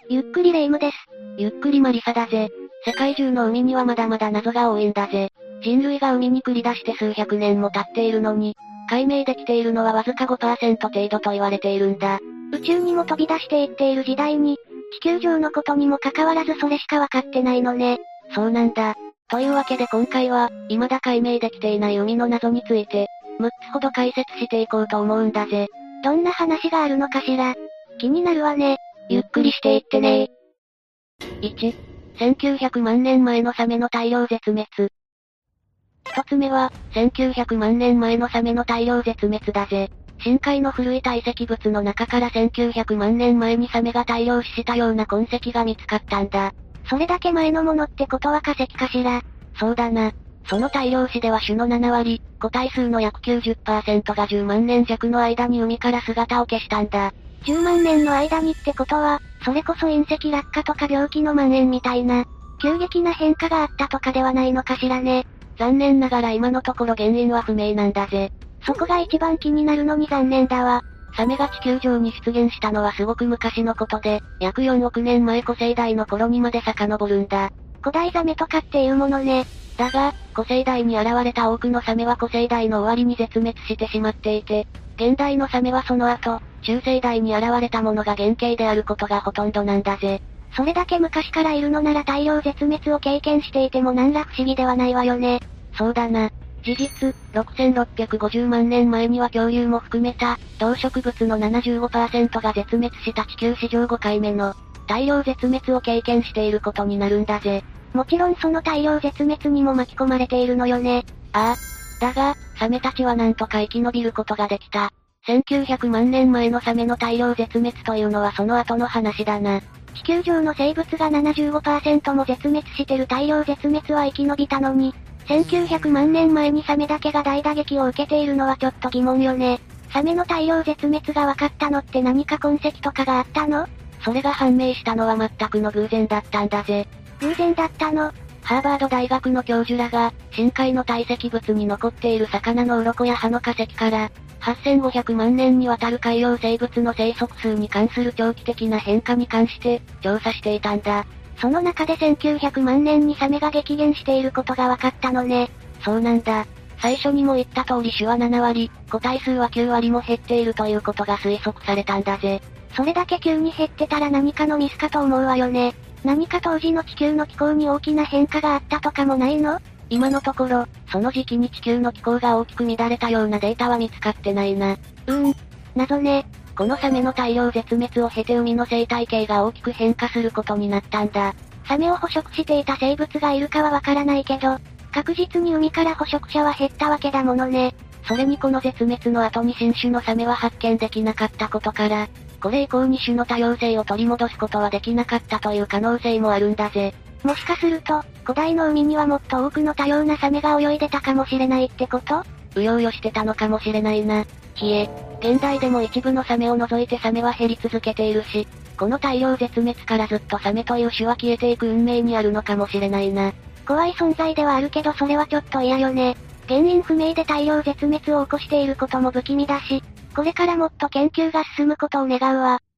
ゆっくりレ夢ムです。 ゆっくりマリサだぜ。世界中の海にはまだまだ謎が多いんだぜ。人類が海に繰り出して数百年も経っているのに、解明できているのはわずか 5% 程度と言われているんだ。 宇宙にも飛び出していっている時代に、地球上のことにも関わらずそれしかわかってないのね。 そうなんだ。というわけで今回は、未だ解明できていない海の謎について、6つほど解説していこうと思うんだぜ。 どんな話があるのかしら。気になるわね。 ゆっくりしていってねー。1、1900万年前のサメの大量絶滅。一つ目は、1900万年前のサメの大量絶滅だぜ。深海の古い堆積物の中から1900万年前にサメが大量死したような痕跡が見つかったんだ。 それだけ前のものってことは化石かしら。 そうだな。その大量死では種の7割、個体数の約 90% が10万年弱の間に海から姿を消したんだ。 10万年の間にってことは、それこそ隕石落下とか病気の蔓延みたいな、急激な変化があったとかではないのかしらね。 残念ながら今のところ原因は不明なんだぜ。 そこが一番気になるのに残念だわ。 サメが地球上に出現したのはすごく昔のことで、約4億年前古生代の頃にまで遡るんだ。 古代ザメとかっていうものね。 だが、古生代に現れた多くのサメは古生代の終わりに絶滅してしまっていて、現代のサメはその後、中生代に現れたものが原型であることがほとんどなんだぜ。 それだけ昔からいるのなら大量絶滅を経験していても何ら不思議ではないわよね。 そうだな。事実、6650万年前には恐竜も含めた、動植物の 75% が絶滅した地球史上5回目の、大量絶滅を経験していることになるんだぜ。 もちろんその大量絶滅にも巻き込まれているのよね。 ああ。だが、サメたちはなんとか生き延びることができた。1900万年前のサメの大量絶滅というのはその後の話だな。 地球上の生物が 75% も絶滅してる大量絶滅は生き延びたのに、1900万年前にサメだけが大打撃を受けているのはちょっと疑問よね。サメの大量絶滅が分かったのって何か痕跡とかがあったの？ それが判明したのは全くの偶然だったんだぜ。 偶然だったの？ ハーバード大学の教授らが、深海の堆積物に残っている魚の鱗や歯の化石から、8500万年にわたる海洋生物の生息数に関する長期的な変化に関して、調査していたんだ。 その中で1900万年にサメが激減していることが分かったのね。 そうなんだ。最初にも言った通り種は7割、個体数は9割も減っているということが推測されたんだぜ。 それだけ急に減ってたら何かのミスかと思うわよね。何か当時の地球の気候に大きな変化があったとかもないの？ 今のところ、その時期に地球の気候が大きく乱れたようなデータは見つかってないな。 謎ね。 このサメの大量絶滅を経て海の生態系が大きく変化することになったんだ。 サメを捕食していた生物がいるかはわからないけど、確実に海から捕食者は減ったわけだものね。 それにこの絶滅の後に新種のサメは発見できなかったことから、これ以降に種の多様性を取り戻すことはできなかったという可能性もあるんだぜ。 もしかすると、古代の海にはもっと多くの多様なサメが泳いでたかもしれないってこと？ うようよしてたのかもしれないな。現代でも一部のサメを除いてサメは減り続けているし、この大量絶滅からずっとサメという種は消えていく運命にあるのかもしれないな。 怖い存在ではあるけどそれはちょっと嫌よね。原因不明で大量絶滅を起こしていることも不気味だし、これからもっと研究が進むことを願うわ。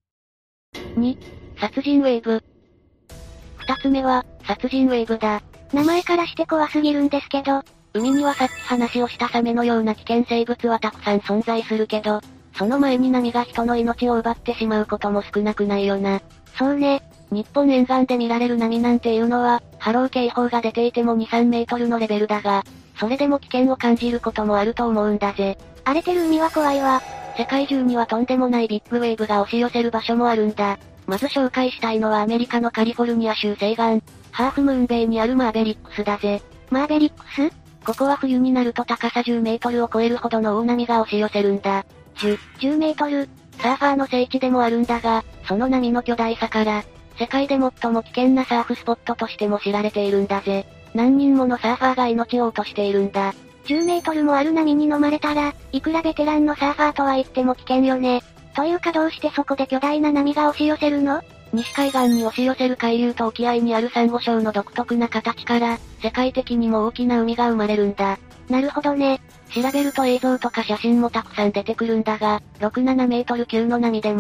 2、殺人ウェーブ。二つ目は、殺人ウェーブだ。 名前からして怖すぎるんですけど、 海にはさっき話をしたサメのような危険生物はたくさん存在するけど、その前に波が人の命を奪ってしまうことも少なくないよな。 そうね。 日本沿岸で見られる波なんていうのは、波浪警報が出ていても2、3メートルのレベルだが、それでも危険を感じることもあると思うんだぜ。 荒れてる海は怖いわ。 世界中にはとんでもないビッグウェーブが押し寄せる場所もあるんだ。まず紹介したいのはアメリカのカリフォルニア州西岸、ハーフムーンベイにあるマーベリックスだぜ。 マーベリックス？ ここは冬になると高さ10メートルを超えるほどの大波が押し寄せるんだ。 10メートル。 サーファーの聖地でもあるんだが、その波の巨大さから、世界で最も危険なサーフスポットとしても知られているんだぜ。何人ものサーファーが命を落としているんだ。 10メートルもある波に飲まれたら、いくらベテランのサーファーとは言っても危険よね。というかどうしてそこで巨大な波が押し寄せるの？ 西海岸に押し寄せる海流と沖合にあるサンゴ礁の独特な形から、世界的にも大きな海が生まれるんだ。 なるほどね。 調べると映像とか写真もたくさん出てくるんだが、6、7メートル級の波でも、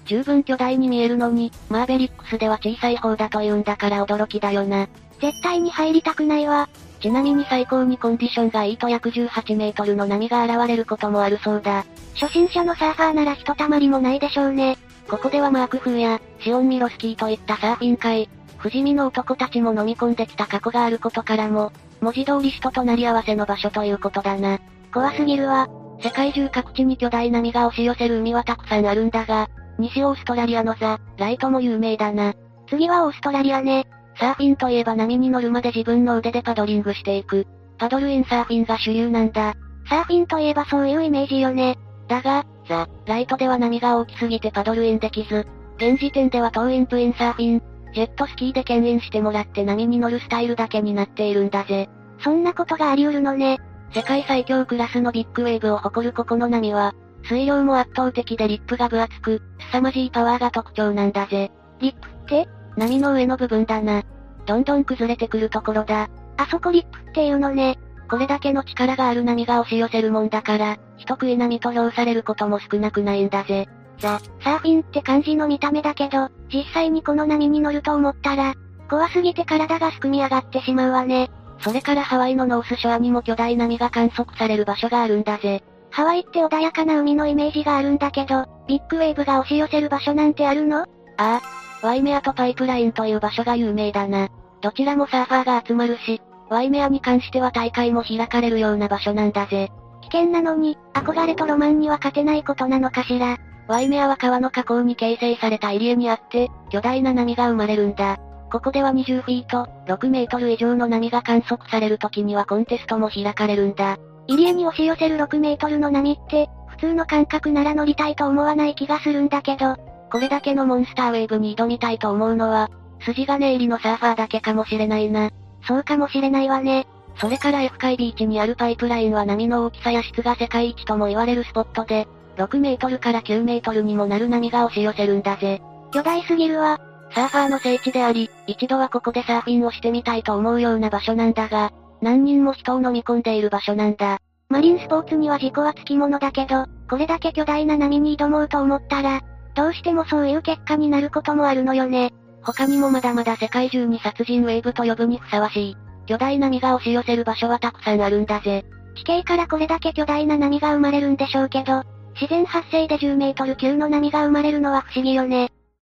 十分巨大に見えるのに、マーベリックスでは小さい方だというんだから驚きだよな。 絶対に入りたくないわ。 ちなみに最高にコンディションがいいと約18メートルの波が現れることもあるそうだ。 初心者のサーファーならひとたまりもないでしょうね。 ここではマーク・フーや、シオン・ミロスキーといったサーフィン界、不死身の男たちも飲み込んできた過去があることからも、文字通り死と隣り合わせの場所ということだな。 怖すぎるわ。 世界中各地に巨大波が押し寄せる海はたくさんあるんだが、西オーストラリアのザ・ライトも有名だな。 次はオーストラリアね。 サーフィンといえば波に乗るまで自分の腕でパドリングしていく。パドルインサーフィンが主流なんだ。 サーフィンといえばそういうイメージよね。 だが、ザ・ライトでは波が大きすぎてパドルインできず、現時点ではトーインプインサーフィン、ジェットスキーで牽引してもらって波に乗るスタイルだけになっているんだぜ。 そんなことがあり得るのね。 世界最強クラスのビッグウェーブを誇るここの波は、水量も圧倒的でリップが分厚く、凄まじいパワーが特徴なんだぜ。 リップって？ 波の上の部分だな。どんどん崩れてくるところだ。 あそこリップっていうのね。 これだけの力がある波が押し寄せるもんだから、人食い波と評されることも少なくないんだぜ。 サーフィンって感じの見た目だけど、実際にこの波に乗ると思ったら、怖すぎて体がすくみ上がってしまうわね。 それからハワイのノースショアにも巨大波が観測される場所があるんだぜ。 ハワイって穏やかな海のイメージがあるんだけど、ビッグウェーブが押し寄せる場所なんてあるの？ ああ、ワイメアとパイプラインという場所が有名だな。どちらもサーファーが集まるし、ワイメアに関しては大会も開かれるような場所なんだぜ。 危険なのに、憧れとロマンには勝てないことなのかしら。 ワイメアは川の河口に形成された入り江にあって、巨大な波が生まれるんだ。ここでは20フィート、6メートル以上の波が観測される時にはコンテストも開かれるんだ。 入り江に押し寄せる6メートルの波って、普通の感覚なら乗りたいと思わない気がするんだけど、 これだけのモンスターウェーブに挑みたいと思うのは、筋金入りのサーファーだけかもしれないな。 そうかもしれないわね。 それから F 海ビーチにあるパイプラインは波の大きさや質が世界一とも言われるスポットで、6メートルから9メートルにもなる波が押し寄せるんだぜ。 巨大すぎるわ。 サーファーの聖地であり、一度はここでサーフィンをしてみたいと思うような場所なんだが、何人も人を飲み込んでいる場所なんだ。 マリンスポーツには事故はつきものだけど、これだけ巨大な波に挑もうと思ったら、どうしてもそういう結果になることもあるのよね。 他にもまだまだ世界中に殺人ウェーブと呼ぶにふさわしい、巨大な波が押し寄せる場所はたくさんあるんだぜ。 地形からこれだけ巨大な波が生まれるんでしょうけど、自然発生で10メートル級の波が生まれるのは不思議よね。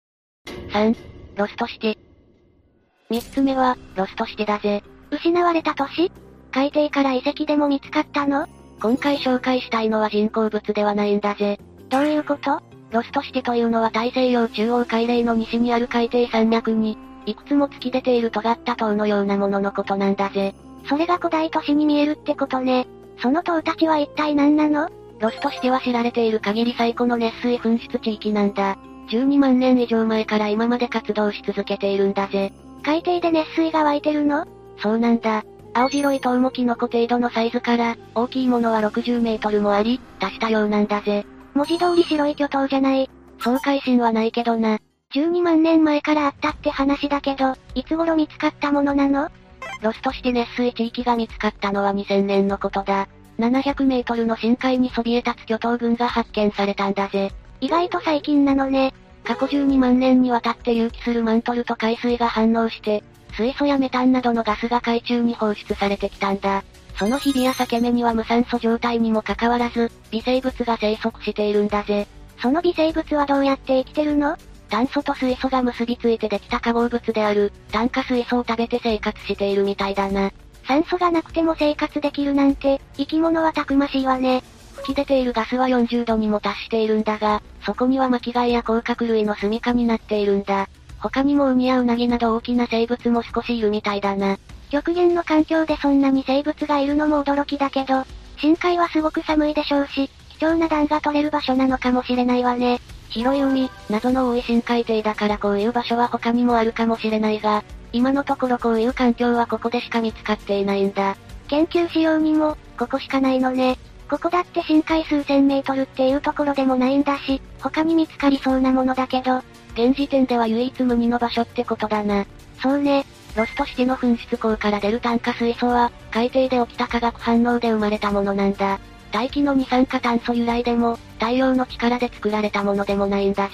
3、ロストシティ。3つ目は、ロストシティだぜ。 失われた都市？海底から遺跡でも見つかったの？ 今回紹介したいのは人工物ではないんだぜ。 どういうこと？ ロストシティというのは大西洋中央海嶺の西にある海底山脈に、いくつも突き出ている尖った塔のようなもののことなんだぜ。 それが古代都市に見えるってことね。その塔たちは一体何なの？ ロストシティは知られている限り最古の熱水噴出地域なんだ。12万年以上前から今まで活動し続けているんだぜ。 海底で熱水が湧いてるの？ そうなんだ。青白い塔もキノコ程度のサイズから、大きいものは60メートルもあり、多種多様なんだぜ。 文字通り白い巨塔じゃない。 そう海進はないけどな。 12万年前からあったって話だけど、いつ頃見つかったものなの？ ロストシティ熱水地域が見つかったのは2000年のことだ。700メートルの深海にそびえ立つ巨塔群が発見されたんだぜ。 意外と最近なのね。 過去12万年にわたって隆起するマントルと海水が反応して、水素やメタンなどのガスが海中に放出されてきたんだ。そのヒビや裂け目には無酸素状態にもかかわらず、微生物が生息しているんだぜ。 その微生物はどうやって生きてるの？ 炭素と水素が結びついてできた化合物である、炭化水素を食べて生活しているみたいだな。 酸素がなくても生活できるなんて、生き物はたくましいわね。 吹き出ているガスは40度にも達しているんだが、そこには巻貝や甲殻類の住処になっているんだ。他にもウニやウナギなど大きな生物も少しいるみたいだな。 極限の環境でそんなに生物がいるのも驚きだけど、深海はすごく寒いでしょうし、貴重な暖が取れる場所なのかもしれないわね。 広い海、謎の多い深海底だからこういう場所は他にもあるかもしれないが、今のところこういう環境はここでしか見つかっていないんだ。 研究しようにも、ここしかないのね。ここだって深海数千メートルっていうところでもないんだし、他に見つかりそうなものだけど、 現時点では唯一無二の場所ってことだな。 そうね。 ロストシティの噴出口から出る炭化水素は、海底で起きた化学反応で生まれたものなんだ。大気の二酸化炭素由来でも、太陽の力で作られたものでもないんだぜ。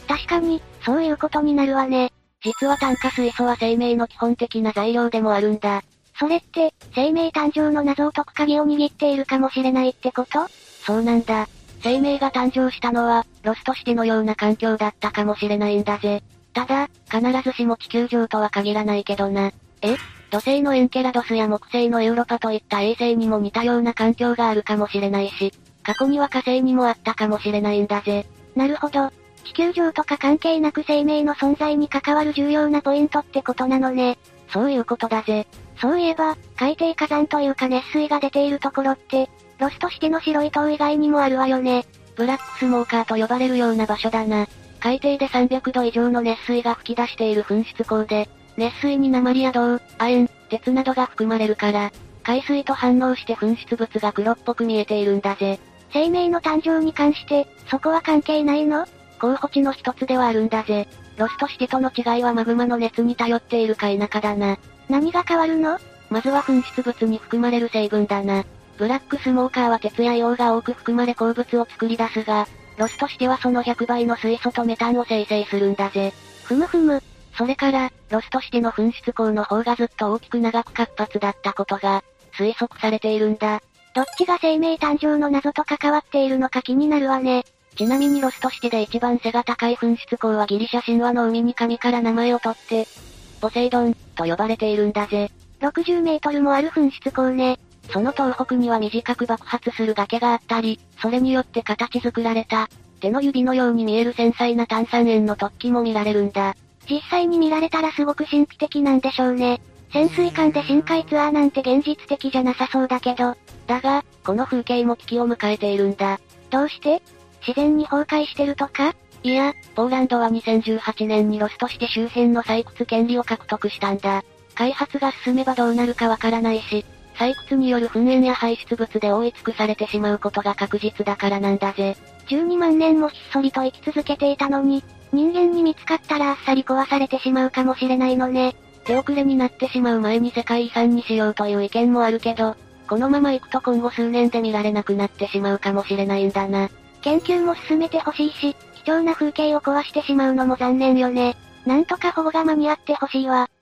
確かに、そういうことになるわね。 実は炭化水素は生命の基本的な材料でもあるんだ。 それって、生命誕生の謎を解く鍵を握っているかもしれないってこと？ そうなんだ。生命が誕生したのは、ロストシテのような環境だったかもしれないんだぜ。ただ、必ずしも地球上とは限らないけどな。土星のエンケラドスや木星のエウロパといった衛星にも似たような環境があるかもしれないし、過去には火星にもあったかもしれないんだぜ。 なるほど。地球上とか関係なく生命の存在に関わる重要なポイントってことなのね。 そういうことだぜ。 そういえば、海底火山というか熱水が出ているところって、ロストシテの白い塔以外にもあるわよね。 ブラックスモーカーと呼ばれるような場所だな。海底で300度以上の熱水が噴き出している噴出口で、熱水に鉛や銅、亜鉛、鉄などが含まれるから、海水と反応して噴出物が黒っぽく見えているんだぜ。 生命の誕生に関して、そこは関係ないの？ 候補地の一つではあるんだぜ。ロストシテとの違いはマグマの熱に頼っているか否かだな。 何が変わるの？ まずは噴出物に含まれる成分だな。ブラックスモーカーは鉄や硫黄が多く含まれ鉱物を作り出すが、ロストシテはその100倍の水素とメタンを生成するんだぜ。 ふむふむ。 それから、ロストシテの噴出口の方がずっと大きく長く活発だったことが、推測されているんだ。 どっちが生命誕生の謎と関わっているのか気になるわね。 ちなみにロストシテで一番背が高い噴出口はギリシャ神話の海に神から名前を取って、ポセイドン、と呼ばれているんだぜ。 60メートルもある噴出口ね。 その東北には短く爆発する崖があったり、それによって形作られた、手の指のように見える繊細な炭酸塩の突起も見られるんだ。 実際に見られたらすごく神秘的なんでしょうね。潜水艦で深海ツアーなんて現実的じゃなさそうだけど。 だが、この風景も危機を迎えているんだ。 どうして？自然に崩壊してるとか？ いや、ポーランドは2018年にロストシテ周辺の採掘権利を獲得したんだ。開発が進めばどうなるかわからないし、採掘による噴煙や排出物で覆い尽くされてしまうことが確実だからなんだぜ。 12万年もひっそりと生き続けていたのに、人間に見つかったらあっさり壊されてしまうかもしれないのね。 手遅れになってしまう前に世界遺産にしようという意見もあるけど、このまま行くと今後数年で見られなくなってしまうかもしれないんだな。 研究も進めてほしいし、貴重な風景を壊してしまうのも残念よね。なんとか保護が間に合ってほしいわ。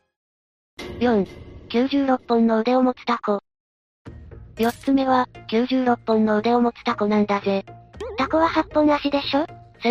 4. 96本の腕を持つタコ。4つ目は、96本の腕を持つタコなんだぜ。 タコは8本足でしょ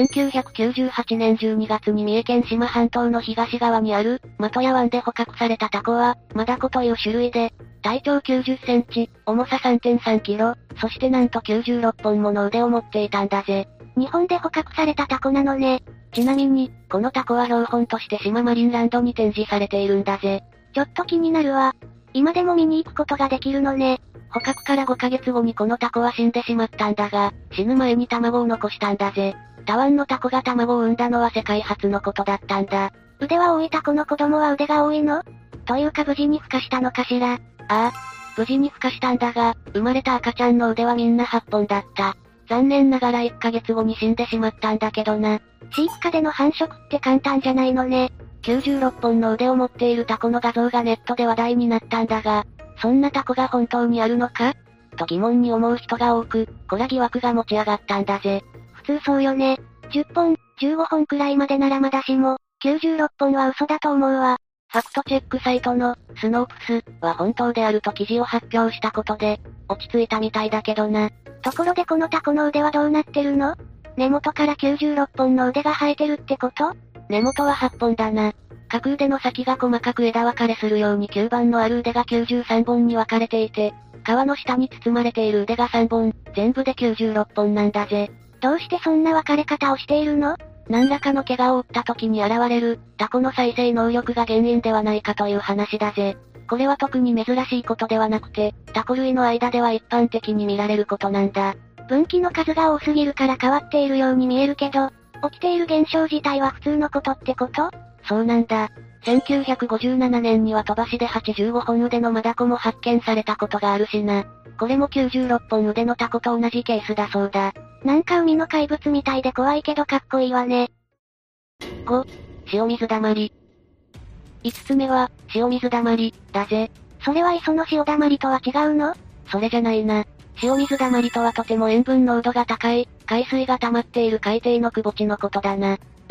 ？1998年12月に三重県志摩半島の東側にある、的屋湾で捕獲されたタコは、マダコという種類で、体長90センチ、重さ 3.3 キロ、そしてなんと96本もの腕を持っていたんだぜ。 日本で捕獲されたタコなのね。 ちなみに、このタコは標本として志摩マリンランドに展示されているんだぜ。 ちょっと気になるわ。今でも見に行くことができるのね。 捕獲から5ヶ月後にこのタコは死んでしまったんだが、死ぬ前に卵を残したんだぜ。タワンのタコが卵を産んだのは世界初のことだったんだ。 腕は多いタコの子供は腕が多いの？というか無事に孵化したのかしら？ ああ、無事に孵化したんだが、生まれた赤ちゃんの腕はみんな8本だった。残念ながら1ヶ月後に死んでしまったんだけどな。 飼育下での繁殖って簡単じゃないのね。 96本の腕を持っているタコの画像がネットで話題になったんだが、そんなタコが本当にあるのか？と疑問に思う人が多く、こら疑惑が持ち上がったんだぜ。 普通そうよね。10本、15本くらいまでならまだしも、96本は嘘だと思うわ。 ファクトチェックサイトの、スノープスは本当であると記事を発表したことで、落ち着いたみたいだけどな。 ところでこのタコの腕はどうなってるの？根元から96本の腕が生えてるってこと？ 根元は8本だな。各腕の先が細かく枝分かれするように吸盤のある腕が93本に分かれていて、皮の下に包まれている腕が3本、全部で96本なんだぜ。 どうしてそんな分かれ方をしているの？ 何らかの怪我を負った時に現れる、タコの再生能力が原因ではないかという話だぜ。これは特に珍しいことではなくて、タコ類の間では一般的に見られることなんだ。 分岐の数が多すぎるから変わっているように見えるけど、起きている現象自体は普通のことってこと？ そうなんだ。1957年には飛ばしで85本腕のマダコも発見されたことがあるしな。これも96本腕のタコと同じケースだそうだ。 なんか海の怪物みたいで怖いけどかっこいいわね。 5. 塩水だまり。5つ目は、塩水だまり、だぜ。 それは磯の塩だまりとは違うの？ それじゃないな。塩水だまりとはとても塩分濃度が高い、海水が溜まっている海底の窪地のことだな。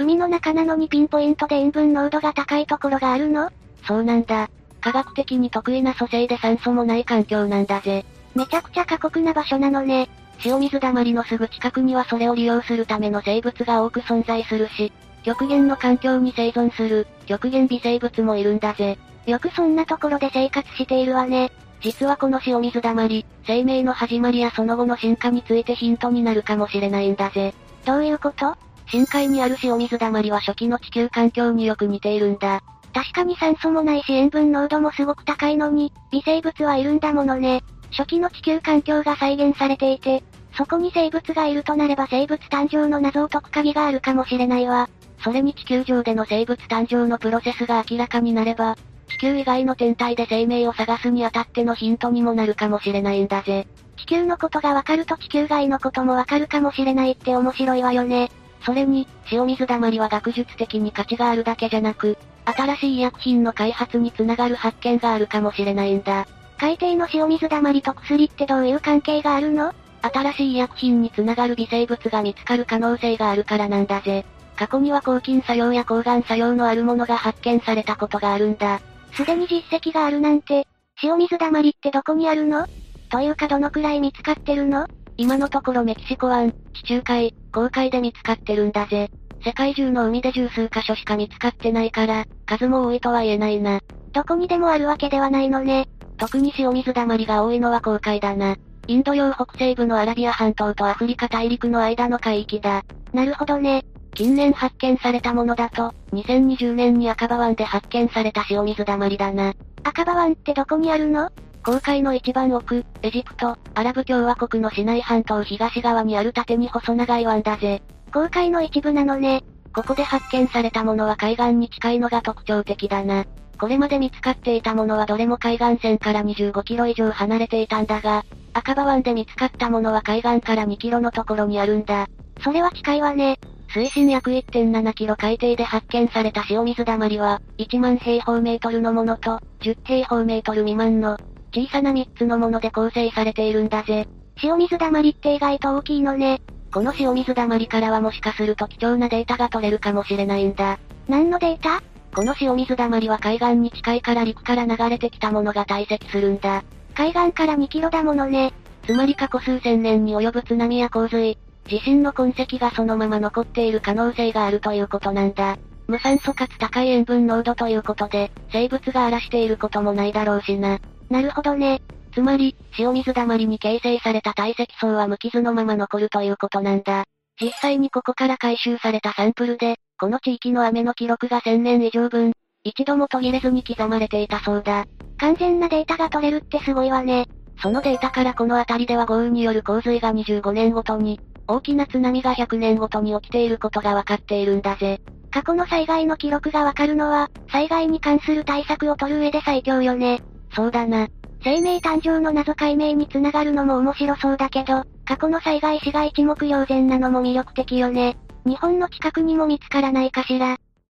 海の中なのにピンポイントで塩分濃度が高いところがあるの？ そうなんだ。科学的に得意な組成で酸素もない環境なんだぜ。 めちゃくちゃ過酷な場所なのね。 塩水だまりのすぐ近くにはそれを利用するための生物が多く存在するし、極限の環境に生存する、極限微生物もいるんだぜ。 よくそんなところで生活しているわね。 実はこの塩水だまり、生命の始まりやその後の進化についてヒントになるかもしれないんだぜ。 どういうこと？ 深海にある塩水だまりは初期の地球環境によく似ているんだ。 確かに酸素もないし塩分濃度もすごく高いのに、微生物はいるんだものね。初期の地球環境が再現されていて、そこに生物がいるとなれば生物誕生の謎を解く鍵があるかもしれないわ。 それに地球上での生物誕生のプロセスが明らかになれば、地球以外の天体で生命を探すにあたってのヒントにもなるかもしれないんだぜ。 地球のことがわかると地球外のこともわかるかもしれないって面白いわよね。 それに、塩水だまりは学術的に価値があるだけじゃなく、新しい医薬品の開発につながる発見があるかもしれないんだ。 海底の塩水だまりと薬ってどういう関係があるの？ 新しい医薬品につながる微生物が見つかる可能性があるからなんだぜ。過去には抗菌作用や抗がん作用のあるものが発見されたことがあるんだ。 すでに実績があるなんて、塩水だまりってどこにあるの？というかどのくらい見つかってるの？ 今のところメキシコ湾、地中海、公海で見つかってるんだぜ。世界中の海で十数箇所しか見つかってないから、数も多いとは言えないな。 どこにでもあるわけではないのね。 特に塩水だまりが多いのは公海だな。インド洋北西部のアラビア半島とアフリカ大陸の間の海域だ。 なるほどね。 近年発見されたものだと、2020年に赤羽湾で発見された塩水だまりだな。 赤羽湾ってどこにあるの？ 公海の一番奥、エジプト、アラブ共和国のシナイ半島東側にある縦に細長い湾だぜ。 公海の一部なのね。 ここで発見されたものは海岸に近いのが特徴的だな。これまで見つかっていたものはどれも海岸線から25キロ以上離れていたんだが、赤羽湾で見つかったものは海岸から2キロのところにあるんだ。 それは近いわね。 水深約 1.7 キロ海底で発見された塩水だまりは、1万平方メートルのものと、10平方メートル未満の、小さな3つのもので構成されているんだぜ。 塩水だまりって意外と大きいのね。 この塩水だまりからはもしかすると貴重なデータが取れるかもしれないんだ。 何のデータ？ この塩水だまりは海岸に近いから陸から流れてきたものが堆積するんだ。 海岸から2キロだものね。 つまり過去数千年に及ぶ津波や洪水、地震の痕跡がそのまま残っている可能性があるということなんだ。無酸素かつ高い塩分濃度ということで、生物が荒らしていることもないだろうしな。 なるほどね。 つまり、塩水だまりに形成された堆積層は無傷のまま残るということなんだ。実際にここから回収されたサンプルで、この地域の雨の記録が1000年以上分、一度も途切れずに刻まれていたそうだ。 完全なデータが取れるってすごいわね。 そのデータからこの辺りでは豪雨による洪水が25年ごとに、大きな津波が100年ごとに起きていることがわかっているんだぜ。 過去の災害の記録がわかるのは、災害に関する対策を取る上で最強よね。 そうだな。 生命誕生の謎解明につながるのも面白そうだけど、過去の災害死が一目瞭然なのも魅力的よね。日本の近くにも見つからないかしら。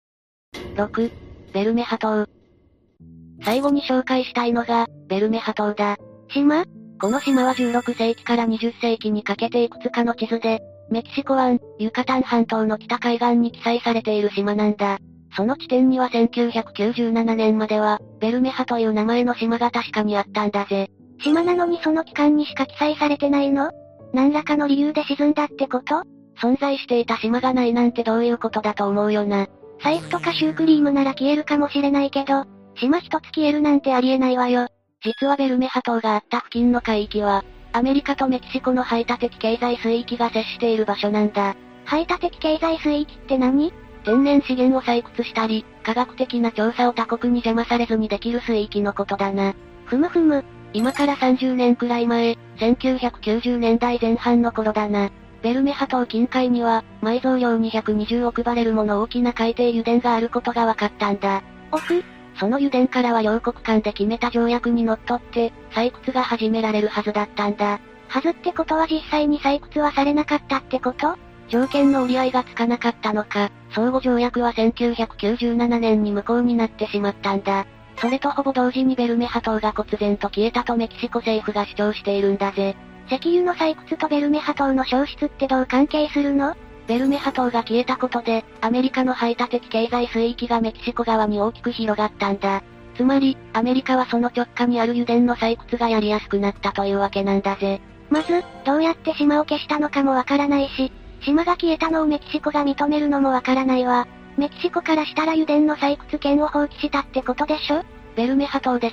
6、ベルメハ島。最後に紹介したいのが、ベルメハ島だ。 島？ この島は16世紀から20世紀にかけていくつかの地図で、メキシコ湾、ユカタン半島の北海岸に記載されている島なんだ。その地点には1997年までは、ベルメハという名前の島が確かにあったんだぜ。 島なのにその期間にしか記載されてないの？何らかの理由で沈んだってこと？ 存在していた島がないなんてどういうことだと思うよな。 財布とかシュークリームなら消えるかもしれないけど、島一つ消えるなんてありえないわよ。 実はベルメハ島があった付近の海域は、アメリカとメキシコの排他的経済水域が接している場所なんだ。 排他的経済水域って何？ 天然資源を採掘したり、科学的な調査を他国に邪魔されずにできる水域のことだな。 ふむふむ。 今から30年くらい前、1990年代前半の頃だな。ベルメハ島近海には、埋蔵量220億バレルもの大きな海底油田があることが分かったんだ。その油田からは両国間で決めた条約にのっとって、採掘が始められるはずだったんだ。 はずってことは実際に採掘はされなかったってこと？ 条件の折り合いがつかなかったのか、相互条約は1997年に無効になってしまったんだ。それとほぼ同時にベルメハ島が忽然と消えたとメキシコ政府が主張しているんだぜ。 石油の採掘とベルメハ島の消失ってどう関係するの？ ベルメハ島が消えたことで、アメリカの排他的経済水域がメキシコ側に大きく広がったんだ。つまり、アメリカはその直下にある油田の採掘がやりやすくなったというわけなんだぜ。 まず、どうやって島を消したのかもわからないし、島が消えたのをメキシコが認めるのもわからないわ。メキシコからしたら油田の採掘権を放棄したってことでしょ？ ベルメハ島で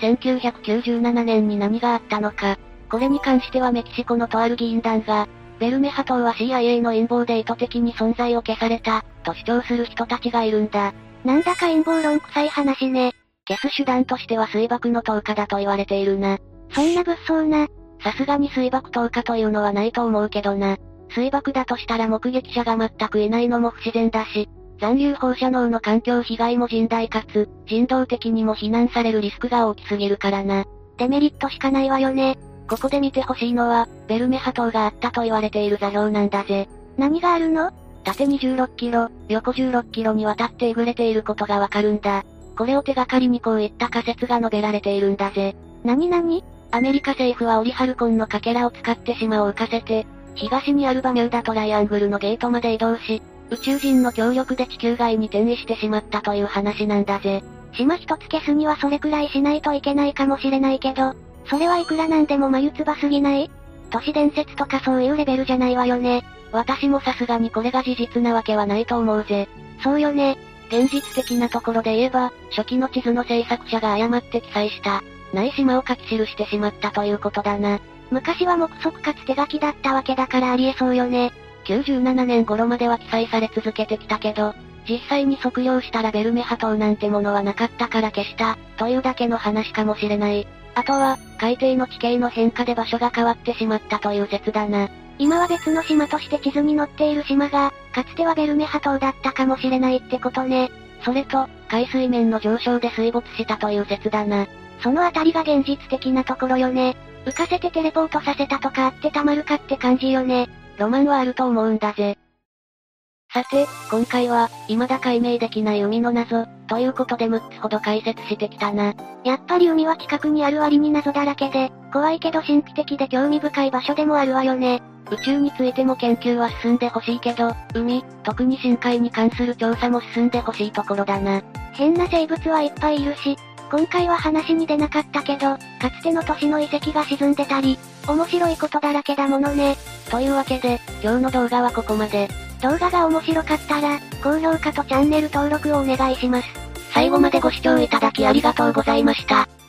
1997年に何があったのか。これに関してはメキシコのとある議員団が、ベルメハ島は CIA の陰謀で意図的に存在を消された、と主張する人たちがいるんだ。 なんだか陰謀論臭い話ね。 消す手段としては水爆の投下だと言われているな。 そんな物騒な。 さすがに水爆投下というのはないと思うけどな。水爆だとしたら目撃者が全くいないのも不自然だし、残留放射能の環境被害も甚大かつ、人道的にも非難されるリスクが大きすぎるからな。 デメリットしかないわよね。 ここで見てほしいのは、ベルメハ島があったと言われている座標なんだぜ。 何があるの？ 縦26キロ、横16キロにわたってえぐれていることがわかるんだ。これを手がかりにこういった仮説が述べられているんだぜ。 何？ アメリカ政府はオリハルコンのかけらを使って島を浮かせて、東にあるバミューダトライアングルのゲートまで移動し、宇宙人の協力で地球外に転移してしまったという話なんだぜ。 島一つ消すにはそれくらいしないといけないかもしれないけど、それはいくらなんでも眉唾すぎない？都市伝説とかそういうレベルじゃないわよね。 私もさすがにこれが事実なわけはないと思うぜ。 そうよね。 現実的なところで言えば、初期の地図の制作者が誤って記載した、ない島を書き記してしまったということだな。 昔は目測かつ手書きだったわけだからありえそうよね。 97年頃までは記載され続けてきたけど、実際に測量したらベルメハ島なんてものはなかったから消した、というだけの話かもしれない。あとは、海底の地形の変化で場所が変わってしまったという説だな。 今は別の島として地図に載っている島が、かつてはベルメハ島だったかもしれないってことね。 それと、海水面の上昇で水没したという説だな。 そのあたりが現実的なところよね。浮かせてテレポートさせたとかあってたまるかって感じよね。 ロマンはあると思うんだぜ。さて、今回は、未だ解明できない海の謎、ということで6つほど解説してきたな。 やっぱり海は近くにある割に謎だらけで、怖いけど神秘的で興味深い場所でもあるわよね。 宇宙についても研究は進んでほしいけど、海、特に深海に関する調査も進んでほしいところだな。 変な生物はいっぱいいるし、今回は話に出なかったけど、かつての都市の遺跡が沈んでたり、面白いことだらけだものね。 というわけで、今日の動画はここまで。 動画が面白かったら、高評価とチャンネル登録をお願いします。 最後までご視聴いただきありがとうございました。